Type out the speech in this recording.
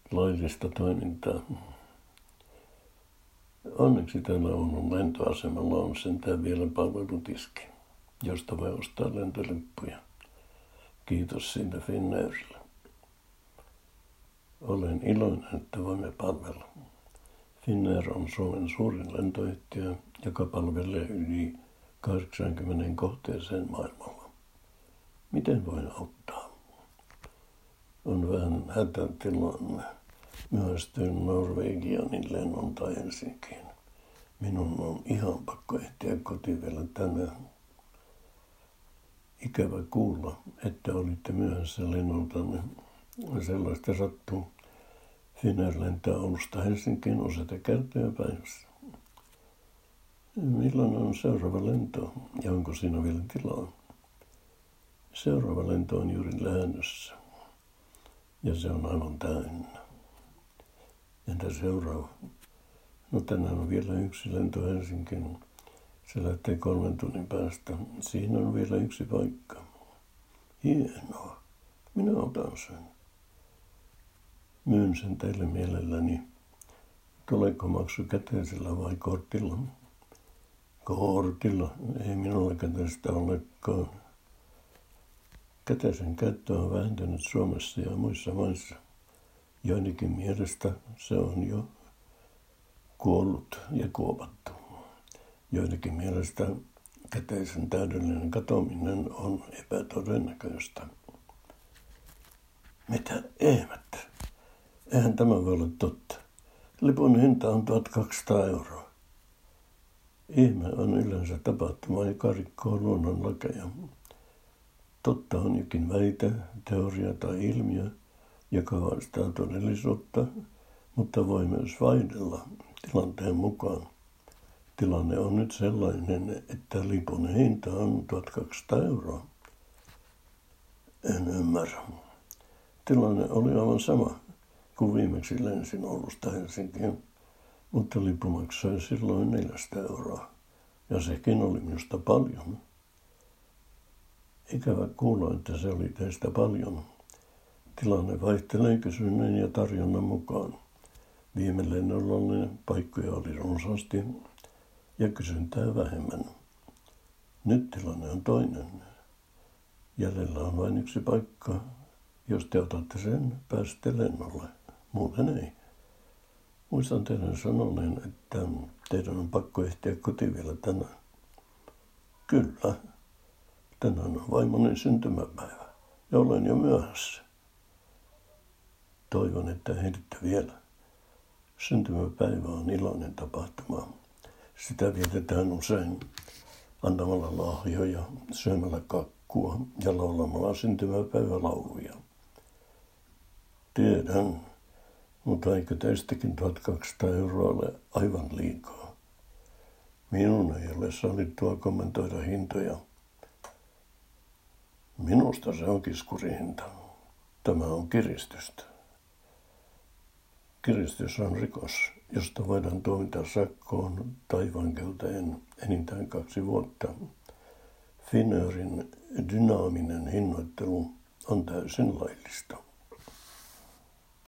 laillista toimintaa. Onneksi täällä Oulun lentoasemalla on sentään vielä palvelutiski, josta voi ostaa lentolippuja. Kiitos siitä Finnairille. Olen iloinen, että voimme palvella. Finnair on Suomen suurin lentoyhtiö, joka palvelee yli 80 kohteeseen maailmalla. Miten voin auttaa? On vähän hätätilanne. Myöhästyin Norwegianin lennon tai Helsinkiin. Minun on ihan pakko ehtiä kotiin vielä tänään. Ikävä kuulla, että olitte myöhässä lennoltanne. Sellaista sattuu. Finnair lentää Oulusta Helsinkiin useita kertoja päivässä. Milloin on seuraava lento ja onko siinä vielä tilaa? Seuraava lento on juuri lähdössä ja se on aivan täynnä. Entä seuraava? No tänään on vielä yksi lento Helsinkiin. Se lähtee 3 tunnin päästä. Siinä on vielä yksi paikka. Hienoa. Minä otan sen. Myyn sen teille mielelläni. Tuleeko maksu käteisellä vai kortilla? Kortilla. Ei minulla käteistä olekaan. Käteisen käyttö on vähentynyt Suomessa ja muissa maissa. Joidenkin mielestä se on jo kuollut ja kuopattu. Joidenkin mielestä käteisen täydellinen katoaminen on epätodennäköistä. Mitä ihmettä? Eihän tämä voi olla totta. Lipun hinta on 1200 €. Ihme on yleensä tapahtuma, joka rikkoo luonnonlakeja. Totta on jokin väite, teoria tai ilmiö, joka vastaa todellisuutta, mutta voi myös vaihdella tilanteen mukaan. Tilanne on nyt sellainen, että lipun hinta on 1200 €. En ymmärrä. Tilanne oli aivan sama, kun viimeksi lensin Oulusta Helsinkiin, mutta lippu maksoi silloin 400 €, ja sekin oli minusta paljon. Ikävä kuulla, että se oli teistä paljon. Tilanne vaihtelee kysynnän ja tarjonnan mukaan. Viime lennolla paikkoja oli runsaasti ja kysyntää vähemmän. Nyt tilanne on toinen. Jäljellä on vain yksi paikka. Jos te otatte sen, pääsette lennolle. Muuten ei. Muistan teidän sanoneen, että teidän on pakko ehtiä kotiin vielä tänään. Kyllä. Tänään on vaimoni syntymäpäivä ja olen jo myöhässä. Toivon, että ehditte vielä. Syntymäpäivä on iloinen tapahtuma. Sitä vietetään usein antamalla lahjoja, syömällä kakkua ja laulamalla syntymäpäivälauluja. Tiedän, mutta eikö teistäkin 1200 € ole aivan liikaa? Minun ei ole sallittua kommentoida hintoja. Minusta se on kiskurihinta. Tämä on kiristystä. Kiristys on rikos, josta voidaan tuomita sakkoon tai vankeuteen enintään 2 vuotta. Finnairin dynaaminen hinnoittelu on täysin laillista.